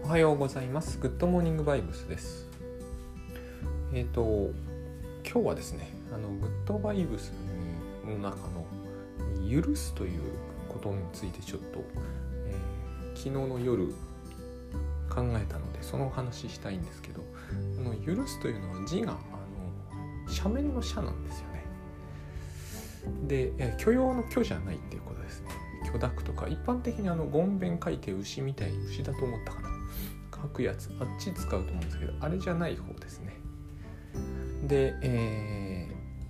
おはようございます。グッドモーニングバイブスです。今日はですね、グッドバイブスの中の許すということについてちょっと、昨日の夜考えたのでそのお話ししたいんですけど、許すというのは字が斜面の斜なんですよね。で、許容の許じゃないっていうことですね。許諾とか一般的にごんべん書いて牛みたいに牛だと思ったかな、書くやつあっち使うと思うんですけど、あれじゃない方ですね。で、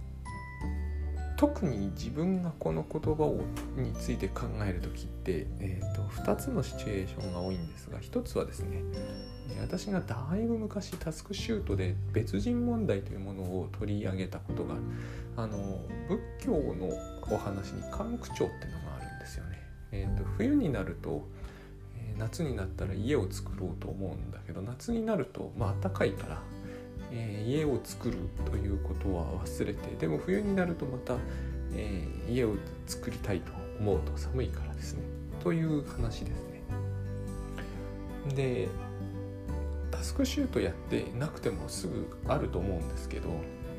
特に自分がこの言葉について考えるときって、2つのシチュエーションが多いんですが、1つはですね、私がだいぶ昔タスクシュートで別人問題というものを取り上げたことがある。仏教のお話に関口調っていうのがあるんですよね。冬になると、夏になったら家を作ろうと思うんだけど、夏になると暖かいから、家を作るということは忘れて、でも冬になるとまた、家を作りたいと思うと寒いからですね、という話ですね。で、タスクシュートやってなくてもすぐあると思うんですけど、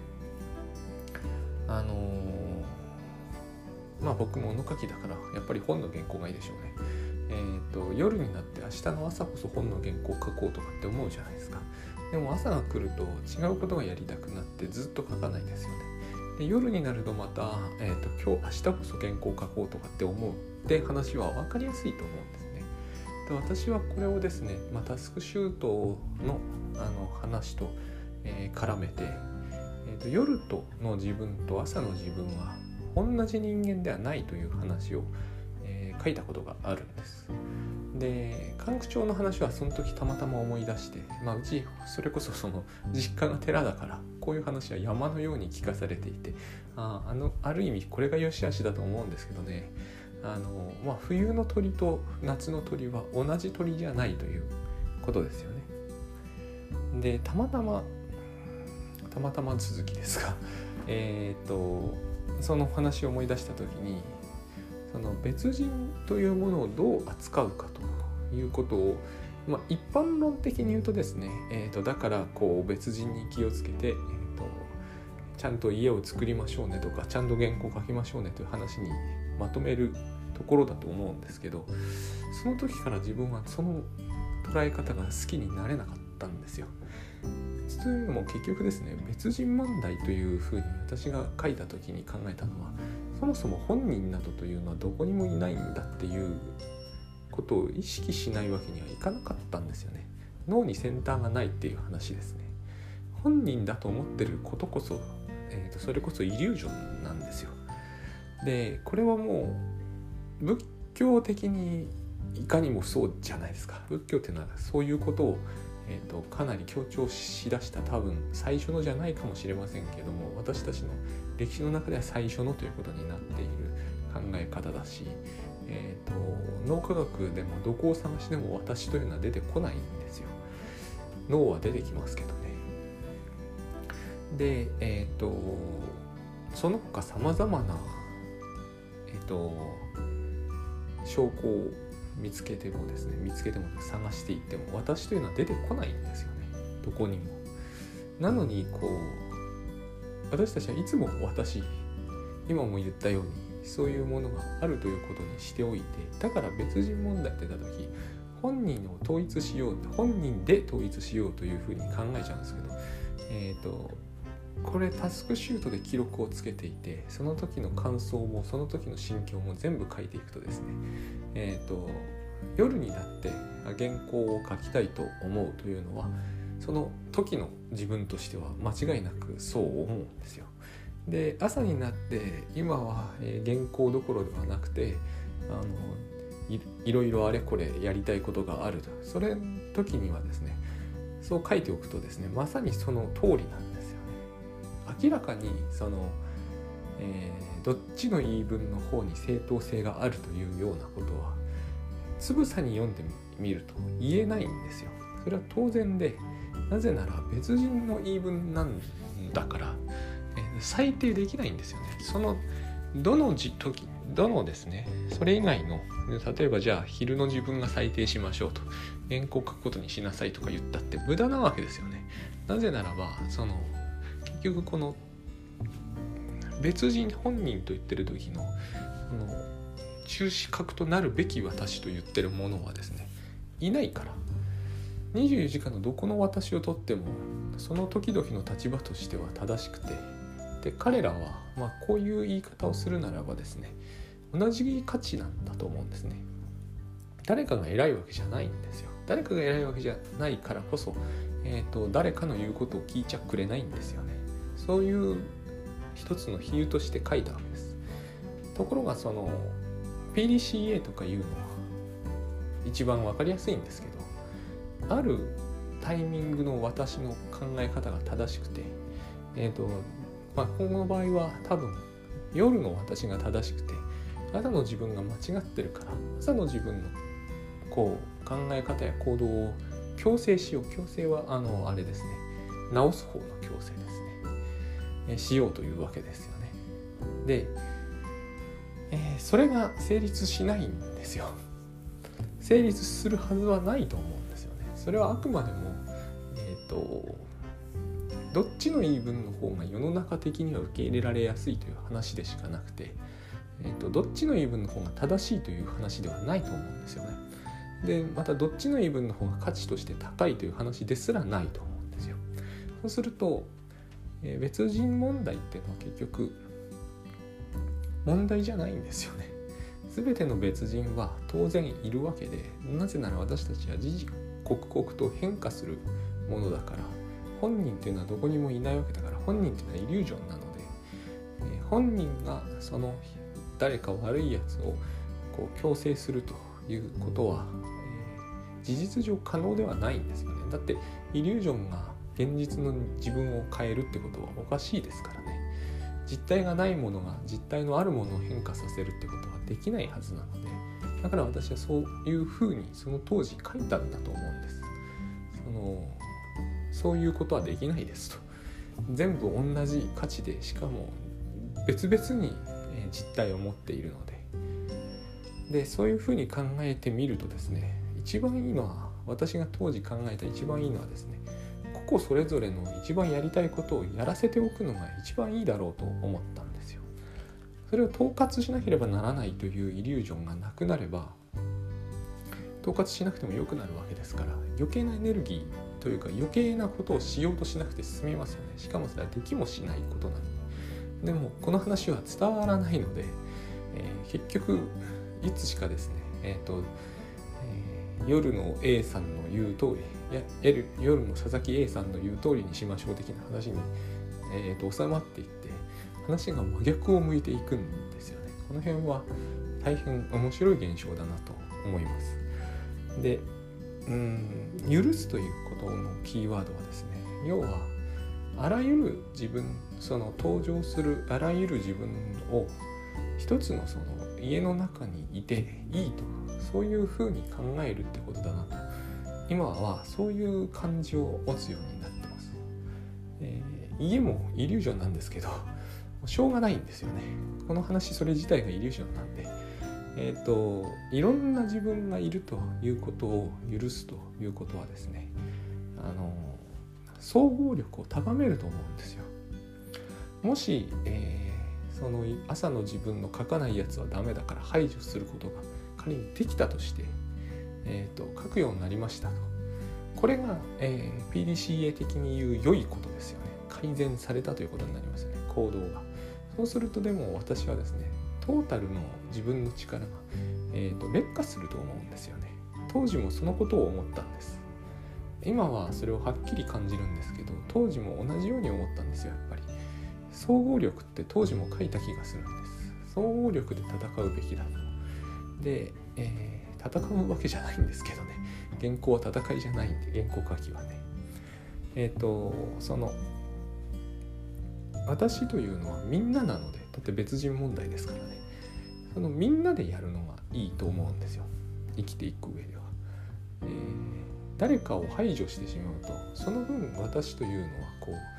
僕も物書きだからやっぱり本の原稿がいいでしょうね。夜になって明日の朝こそ本の原稿を書こうとかって思うじゃないですか。でも朝が来ると違うことがやりたくなってずっと書かないですよね。で、夜になるとまた、明日こそ原稿を書こうとかって思うって話は分かりやすいと思うんですね。で、私はこれをですね、タスクシュートの、話と、絡めて、夜の自分と朝の自分は同じ人間ではないという話を、書いたことがあるんです。で、関口調の話はその時たまたま思い出して、うちそれこそその実家が寺だからこういう話は山のように聞かされていて、ある意味これが良し悪しだと思うんですけどね、冬の鳥と夏の鳥は同じ鳥じゃないということですよね。で、たまたま続きですが、その話を思い出した時に、その別人というものをどう扱うかということを、一般論的に言うとですね、だから別人に気をつけて、ちゃんと家を作りましょうねとか、ちゃんと原稿書きましょうねという話にまとめるところだと思うんですけど、その時から自分はその捉え方が好きになれなかったんですよ。というのも結局ですね、別人問題というふうに私が書いた時に考えたのは、そもそも本人などというのはどこにもいないんだっていうことを意識しないわけにはいかなかったんですよね。脳にセンターがないっていう話ですね。本人だと思ってることこそ、それこそイリュージョンなんですよ。で、これはもう仏教的にいかにもそうじゃないですか。仏教っていうのはそういうことをかなり強調しだした多分最初のじゃないかもしれませんけども、私たちの歴史の中では最初のということになっている考え方だし、脳科学でもどこを探しても私というのは出てこないんですよ。脳は出てきますけどね。で、その他さまざまな、証拠を見つけても探していっても私というのは出てこないんですよね、どこにも。なのに私たちはいつも今も言ったようにそういうものがあるということにしておいて、だから別人問題って出た時、本人で統一しようというふうに考えちゃうんですけど、これタスクシュートで記録をつけていて、その時の感想もその時の心境も全部書いていくとですね、夜になって原稿を書きたいと思うというのは、その時の自分としては間違いなくそう思うんですよ。で、朝になって今は原稿どころではなくていろいろあれこれやりたいことがあると、それの時にはですね、そう書いておくとですね、まさにその通りなんですよね。明らかにどっちの言い分の方に正当性があるというようなことはつぶさに読んでみると言えないんですよ。それは当然で、なぜなら別人の言い分なんだから、裁定できないんですよね。そのどのどのですねそれ以外の例えばじゃあ昼の自分が最低しましょうと原稿を書くことにしなさいとか言ったって無駄なわけですよね。なぜならば結局この別人本人と言ってる時の中心核となるべき私と言ってるものはですねいないから、24時間のどこの私をとってもその時々の立場としては正しくて、で彼らはこういう言い方をするならばですね同じ価値なんだと思うんですね。誰かが偉いわけじゃないんですよ。誰かが偉いわけじゃないからこそ、誰かの言うことを聞いちゃくれないんですよね。そういう一つの比喩として書いたわけです。ところがPDCA とかいうのは一番わかりやすいんですけど、あるタイミングの私の考え方が正しくて、今後の場合は多分夜の私が正しくて朝の自分が間違ってるから、朝の自分の考え方や行動を強制しよう、強制はあれですね、直す方の強制ですね、しようというわけですよね。で、それが成立しないんですよ。成立するはずはないと思うんですよね。それはあくまでもどっちの言い分の方が世の中的には受け入れられやすいという話でしかなくて、どっちの言い分の方が正しいという話ではないと思うんですよね。でまたどっちの言い分の方が価値として高いという話ですらないと思うんですよ。そうすると、別人問題っていうのは結局問題じゃないんですよね。全ての別人は当然いるわけで、なぜなら私たちは時々刻々と変化するものだから、本人っていうのはどこにもいないわけだから、本人っていうのはイリュージョンなので、本人がその誰か悪いやつを強制するということは、事実上可能ではないんですよね。だってイリュージョンが現実の自分を変えるってことはおかしいですからね。実体がないものが実体のあるものを変化させるってことはできないはずなので、だから私はそういうふうにその当時書いたんだと思うんです。そういうことはできないですと。全部同じ価値で、しかも別々に実体を持っているので、そういうふうに考えてみるとですね、一番いいのは、私が当時考えた一番いいのはですね、個々それぞれの一番やりたいことをやらせておくのが一番いいだろうと思ったんですよ。それを統括しなければならないというイリュージョンがなくなれば、統括しなくても良くなるわけですから、余計なエネルギーというか余計なことをしようとしなくて済みますよね。しかもそれはできもしないことなので。でもこの話は伝わらないので、結局いつしかですね、夜の A さんの言う通り、夜の佐々木 A さんの言う通りにしましょう的な話に、収まっていって、話が真逆を向いていくんですよね。この辺は大変面白い現象だなと思います。で、許すということのキーワードはですね、要はあらゆる自分、登場するあらゆる自分を一つの家の中にいていいと、そういうふうに考えるってことだなと、今はそういう感じを持つようになってます。家もイリュージョンなんですけど、しょうがないんですよね。この話それ自体がイリュージョンなんで、いろんな自分がいるということを許すということはですね、総合力を高めると思うんですよ。もし、その朝の自分の書かないやつはダメだから排除することが仮にできたとして、書くようになりましたと。これが、PDCA 的に言う良いことですよね。改善されたということになりますよね、行動が。そうするとでも私はですね、トータルの自分の力が、劣化すると思うんですよね。当時もそのことを思ったんです。今はそれをはっきり感じるんですけど、当時も同じように思ったんですよ。やっぱり総合力って当時も書いた気がするんです。総合力で戦うべきだと。で、戦うわけじゃないんですけどね、原稿は戦いじゃないんで、原稿書きはね、私というのはみんななので、だって別人問題ですからね、みんなでやるのがいいと思うんですよ、生きていく上では。誰かを排除してしまうと、その分私というの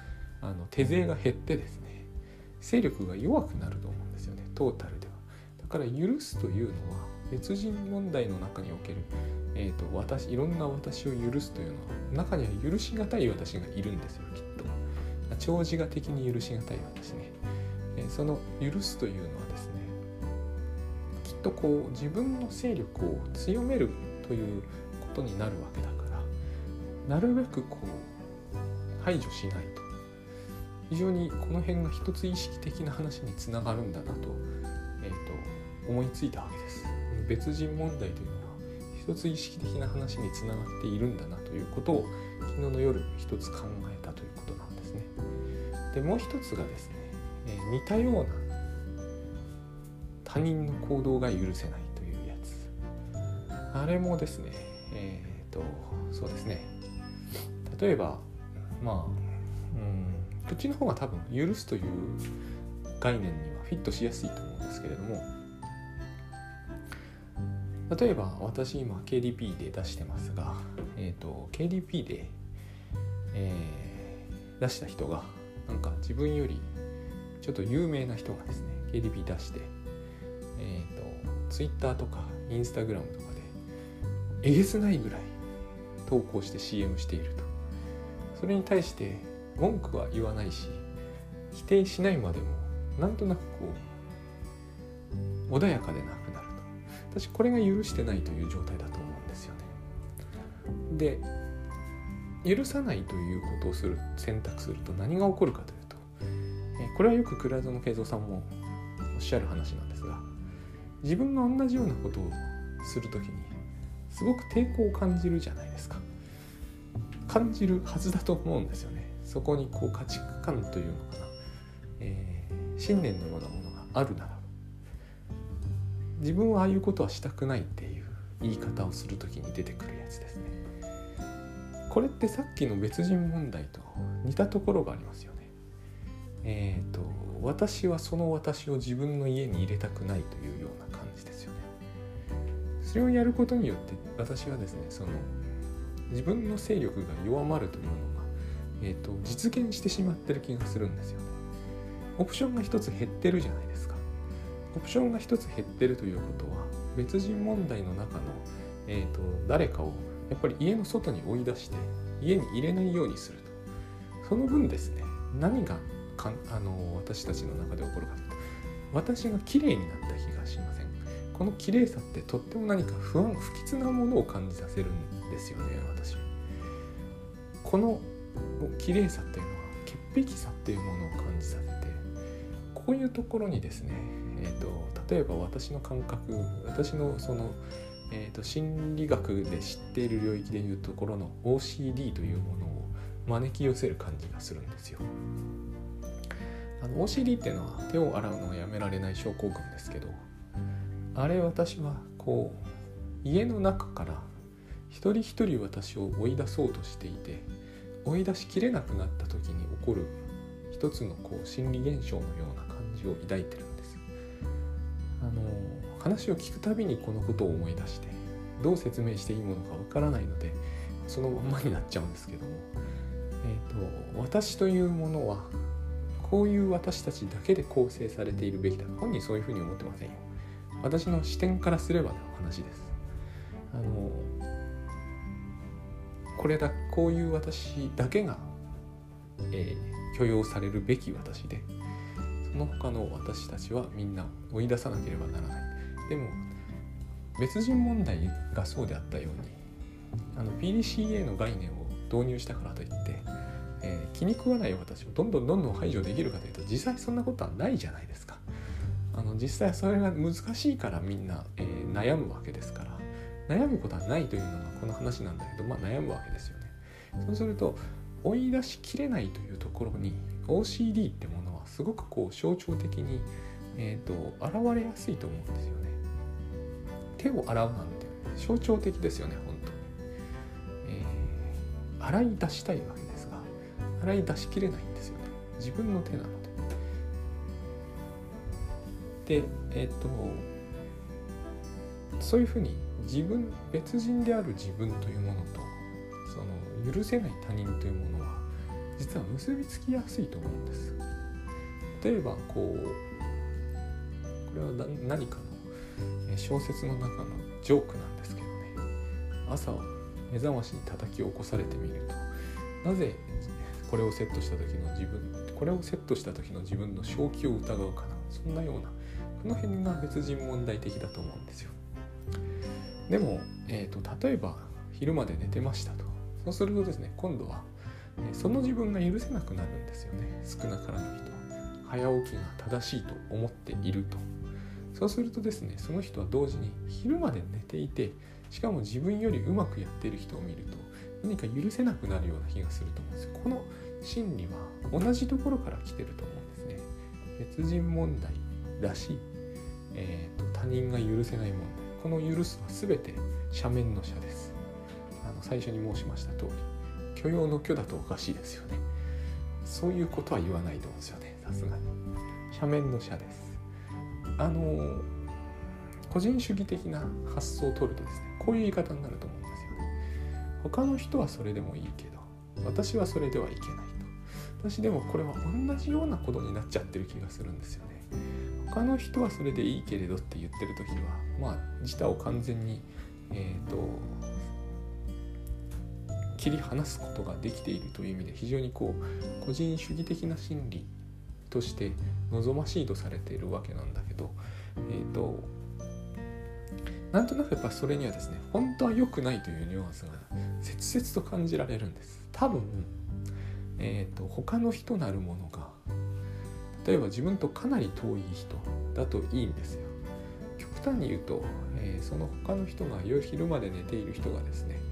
は手勢が減ってですね、勢力が弱くなると思うんですよね、トータルでは。だから許すというのは別人問題の中における、いろんな私を許すというのは、中には許しがたい私がいるんですよ、きっと。長自我的に許しがたい私ね。その許すというのはですね、きっとこう自分の勢力を強めるということになるわけだから、なるべくこう排除しないと、非常にこの辺が一つ意識的な話につながるんだなと、思いついたわけです。別人問題というのは一つ意識的な話につながっているんだなということを昨日の夜一つ考えたということなんですね。でもう一つがですね、似たような他人の行動が許せないというやつ、あれもですね、そうですね、例えばこっちの方が多分許すという概念にはフィットしやすいと思うんですけれども、例えば私今 KDP で出してますが、KDP で、出した人がなんか自分よりちょっと有名な人がですね KDP 出して、Twitter とか Instagram とかでえげつないぐらい投稿して CM していると。それに対して文句は言わないし否定しないまでもなんとなくこう穏やかでなくなると。私これが許してないという状態だと思うんですよね。で、許さないということを選択すると何が起こるかというと、これはよく倉園慶三さんもおっしゃる話なんですが、自分が同じようなことをするときにすごく抵抗を感じるじゃないですか。感じるはずだと思うんですよね。そこにこう価値観というのかな、信念のようなものがあるなら、自分はああいうことはしたくないっていう言い方をするときに出てくるやつですね。これってさっきの別人問題と似たところがありますよね。私はその私を自分の家に入れたくないというような感じですよね。それをやることによって私はですね、その自分の勢力が弱まるというのが、実現してしまってる気がするんですよね。オプションが一つ減ってるじゃないですか。オプションが一つ減ってるということは、別人問題の中の、誰かをやっぱり家の外に追い出して家に入れないようにすると。その分ですね、何が私たちの中で起こるかというと、私が綺麗になった気がしません。この綺麗さってとっても何か不吉なものを感じさせるんですよね、私。この綺麗さっていうのは潔癖さっていうものを感じさせて、こういうところにですね、例えば私の感覚、私のその、心理学で知っている領域でいうところの OCD というものを招き寄せる感じがするんですよ。OCD っていうのは手を洗うのがやめられない症候群ですけど、あれ私はこう家の中から一人一人私を追い出そうとしていて、追い出しきれなくなった時に起こる一つのこう心理現象のような感じを抱いてるんですよ。話を聞くたびにこのことを思い出して、どう説明していいものかわからないのでそのままになっちゃうんですけども、私というものはこういう私たちだけで構成されているべきだ。本人そういうふうに思ってませんよ。私の視点からすればの話です。こういう私だけが、許容されるべき私で、その他の私たちはみんな追い出さなければならない。でも別人問題がそうであったように、PDCA の概念を導入したからといって、気に食わない私をどんどん排除できるかというと、実際そんなことはないじゃないですか。実際それが難しいからみんな、悩むわけですから、悩むことはないというのがこの話なんだけど、悩むわけですよね。そうすると追い出しきれないというところに OCD ってものはすごくこう象徴的に、現れやすいと思うんですよね。手を洗うなんて象徴的ですよね、本当に。洗い出したいわけですが、洗い出しきれないんですよね。自分の手なので。で、そういうふうに別人である自分というものと、その許せない他人というものは実は結びつきやすいと思うんです。例えばこれは何かの小説の中のジョークなんですけどね、朝目覚ましに叩き起こされてみると、なぜこれをセットした時の自分の正気を疑うかな、そんなようなこの辺が別人問題的だと思うんですよ。でも、例えば昼まで寝てましたと。そうするとですね、今度はその自分が許せなくなるんですよね。少なからぬ人は早起きが正しいと思っていると。そうするとですね、その人は同時に昼まで寝ていて、しかも自分よりうまくやっている人を見ると何か許せなくなるような気がすると思うんですよ。この心理は同じところから来てると思うんですね。別人問題だし、他人が許せない問題、この許すは全て斜面の斜です。最初に申しました通り、許容の許だとおかしいですよね。そういうことは言わないと思うんですよね、さすがに。斜面の斜です。個人主義的な発想を取るとですね、こういう言い方になると思うんですよね。他の人はそれでもいいけど、私はそれではいけないと。私でもこれは同じようなことになっちゃってる気がするんですよね。他の人はそれでいいけれどって言ってるときは、自他を完全に、切り離すことができているという意味で、非常に個人主義的な心理として望ましいとされているわけなんだけど、なんとなくやっぱそれにはですね、本当は良くないというニュアンスが切々と感じられるんです。多分、他の人なるものが、例えば自分とかなり遠い人だといいんですよ。極端に言うと、その他の人が昼まで寝ている人がですね、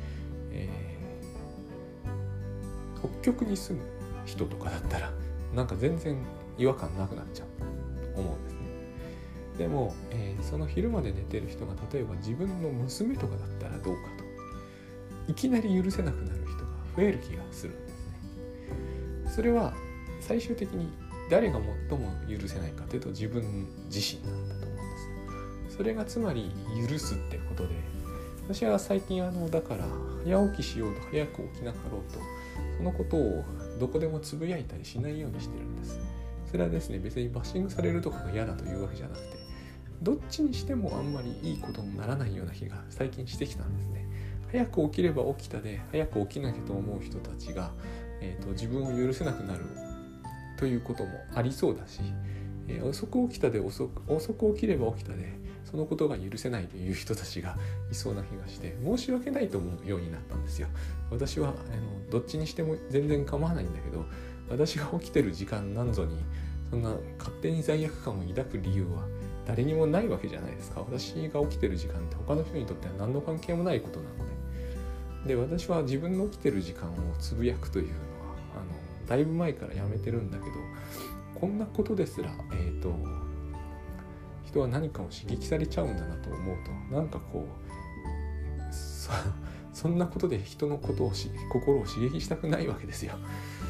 北極に住む人とかだったらなんか全然違和感なくなっちゃうと思うんですね。でも、その昼まで寝てる人が例えば自分の娘とかだったらどうかと、いきなり許せなくなる人が増える気がするんですね。それは最終的に誰が最も許せないかというと自分自身なんだと思うんです。それがつまり許すってことで、私は最近だから早起きしようと早く起きなかろうと、そのことをどこでもつぶやいたりしないようにしてるんです。それはですね、別にバッシングされるとかが嫌だというわけじゃなくて、どっちにしてもあんまりいいことにならないような気が最近してきたんですね。早く起きれば起きたで、早く起きなきゃと思う人たちが、自分を許せなくなるということもありそうだし、遅く起きたで遅く起きれば起きたでそのことが許せないという人たちがいそうな気がして、申し訳ないと思うようになったんですよ。私はどっちにしても全然構わないんだけど、私が起きてる時間なんぞにそんな勝手に罪悪感を抱く理由は誰にもないわけじゃないですか。私が起きてる時間って他の人にとっては何の関係もないことなので、私は自分の起きてる時間をつぶやくというのはだいぶ前からやめてるんだけど、こんなことですら、人は何かを刺激されちゃうんだなと思うと、なんかそんなことで人のことを心を刺激したくないわけですよ。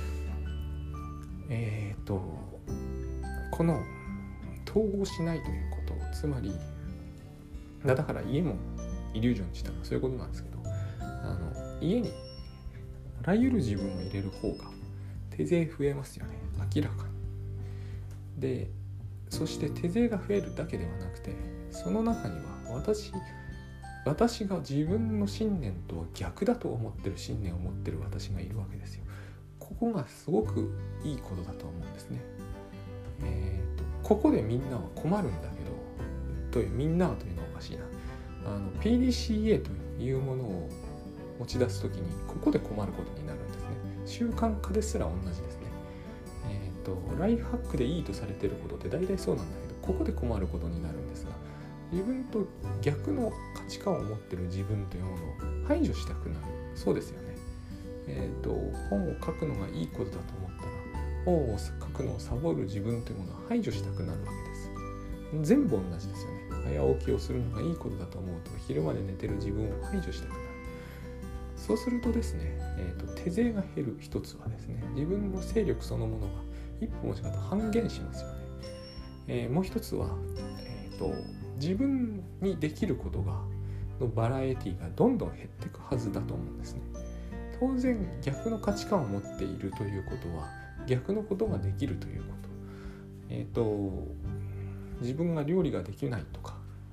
この統合しないということ、つまりだから家もイリュージョンにしたのはそういうことなんですけど、家にあらゆる自分を入れる方が手勢増えますよね、明らかに。で、そして手勢が増えるだけではなくて、その中には私が自分の信念とは逆だと思ってる信念を持ってる私がいるわけですよ。ここがすごくいいことだと思うんですね。ここでみんなは困るんだけど、みんなはというのはおかしいな。PDCA というものを持ち出すときにここで困ることになるんですね。習慣化ですら同じですね。ライフハックでいいとされていることって大体そうなんだけど、ここで困ることになるんですが、自分と逆の価値観を持っている自分というものを排除したくなる。そうですよね。本を書くのがいいことだと思ったら、本を書くのをサボる自分というものを排除したくなるわけです。全部同じですよね。早起きをするのがいいことだと思うと、昼まで寝てる自分を排除したくなる。そうするとですね、手勢が減る一つはですね、自分の勢力そのものが一歩も違うと半減しますよね。もう一つは、自分にできることのバラエティがどんどん減っていくはずだと思うんですね。当然逆の価値観を持っているということは逆のことができるということ。自分が料理ができないとか、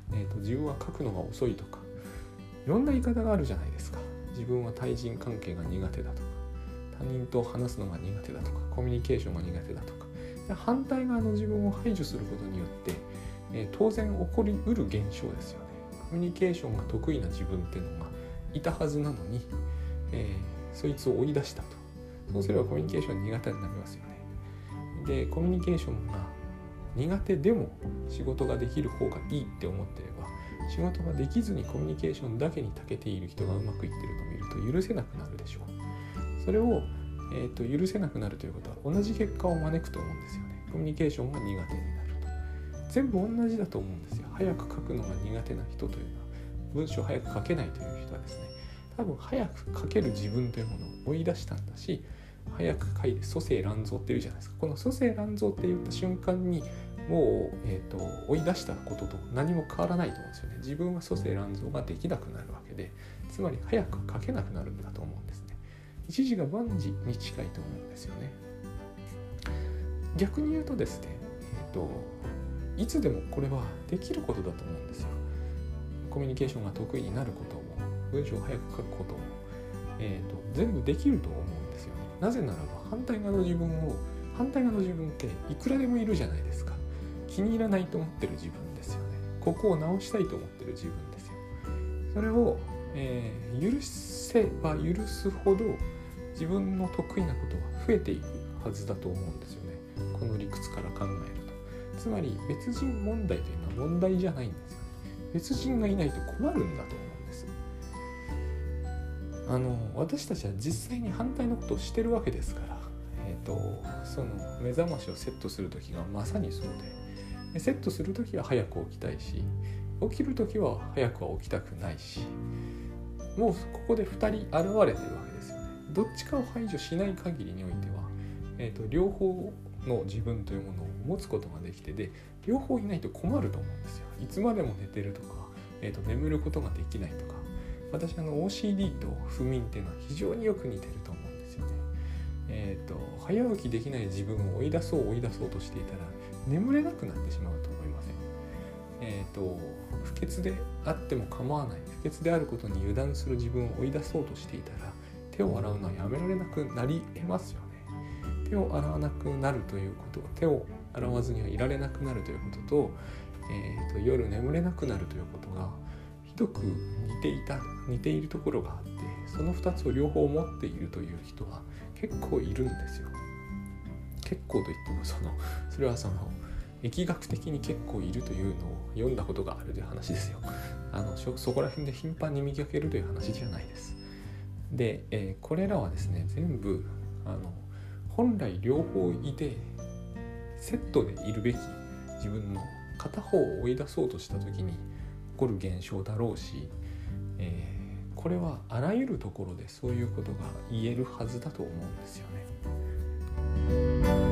自分は書くのが遅いとか、いろんな言い方があるじゃないですか。自分は対人関係が苦手だとか、他人と話すのが苦手だとか、コミュニケーションが苦手だとか、反対側の自分を排除することによって、当然起こりうる現象ですよね。コミュニケーションが得意な自分っていうのがいたはずなのに、そいつを追い出したと。そうすればコミュニケーション苦手になりますよね。で、コミュニケーションが苦手でも仕事ができる方がいいって思ってれば、仕事ができずにコミュニケーションだけに長けている人がうまくいってるのを見ると許せなくなるでしょう。それを、許せなくなるということは同じ結果を招くと思うんですよね。コミュニケーションが苦手になると。全部同じだと思うんですよ。早く書くのが苦手な人というのは、文章を早く書けないという人はですね、多分早く書ける自分というものを追い出したんだし、早く書いて蘇生乱造っていうじゃないですか。この蘇生乱造って言った瞬間にもう、追い出したことと何も変わらないと思うんですよね。自分は蘇生乱造ができなくなるわけで、つまり早く書けなくなるんだと思うんですね。一時が万事に近いと思うんですよね。逆に言うとですね、いつでもこれはできることだと思うんですよ。コミュニケーションが得意になることも、文章を早く書くことも、全部できると思うんですよね。なぜならば反対側の自分っていくらでもいるじゃないですか。気に入らないと思ってる自分ですよね。ここを直したいと思ってる自分ですよ。それを、許せば許すほど自分の得意なことは増えていくはずだと思うんですよね。この理屈から考えると。つまり別人問題というのは問題じゃないんですよね。別人がいないと困るんだと思うんです。私たちは実際に反対のことをしてるわけですから、その目覚ましをセットするときがまさにそうで、セットするときは早く起きたいし、起きるときは早くは起きたくないし、もうここで2人現れてるわけですよね。どっちかを排除しない限りにおいては、両方の自分というものを持つことができて、で両方いないと困ると思うんですよ。いつまでも寝てるとか、眠ることができないとか。私OCD と不眠っていうのは非常によく似てると思うんですよね。早起きできない自分を追い出そうとしていたら眠れなくなってしまうと思いません？不潔であっても構わない、不潔であることに油断する自分を追い出そうとしていたら、手を洗うのはやめられなくなり得ますよね。手を洗わなくなるということ、手を洗わずにはいられなくなるということと、夜眠れなくなるということがひどく似ているところがあって、その2つを両方持っているという人は結構いるんですよ。結構といってもそれは疫学的に結構いるというのを読んだことがあるという話ですよ。そこら辺で頻繁に見かけるという話じゃないです。で、これらはですね、全部本来両方いてセットでいるべき自分の片方を追い出そうとした時に起こる現象だろうし、これはあらゆるところでそういうことが言えるはずだと思うんですよね。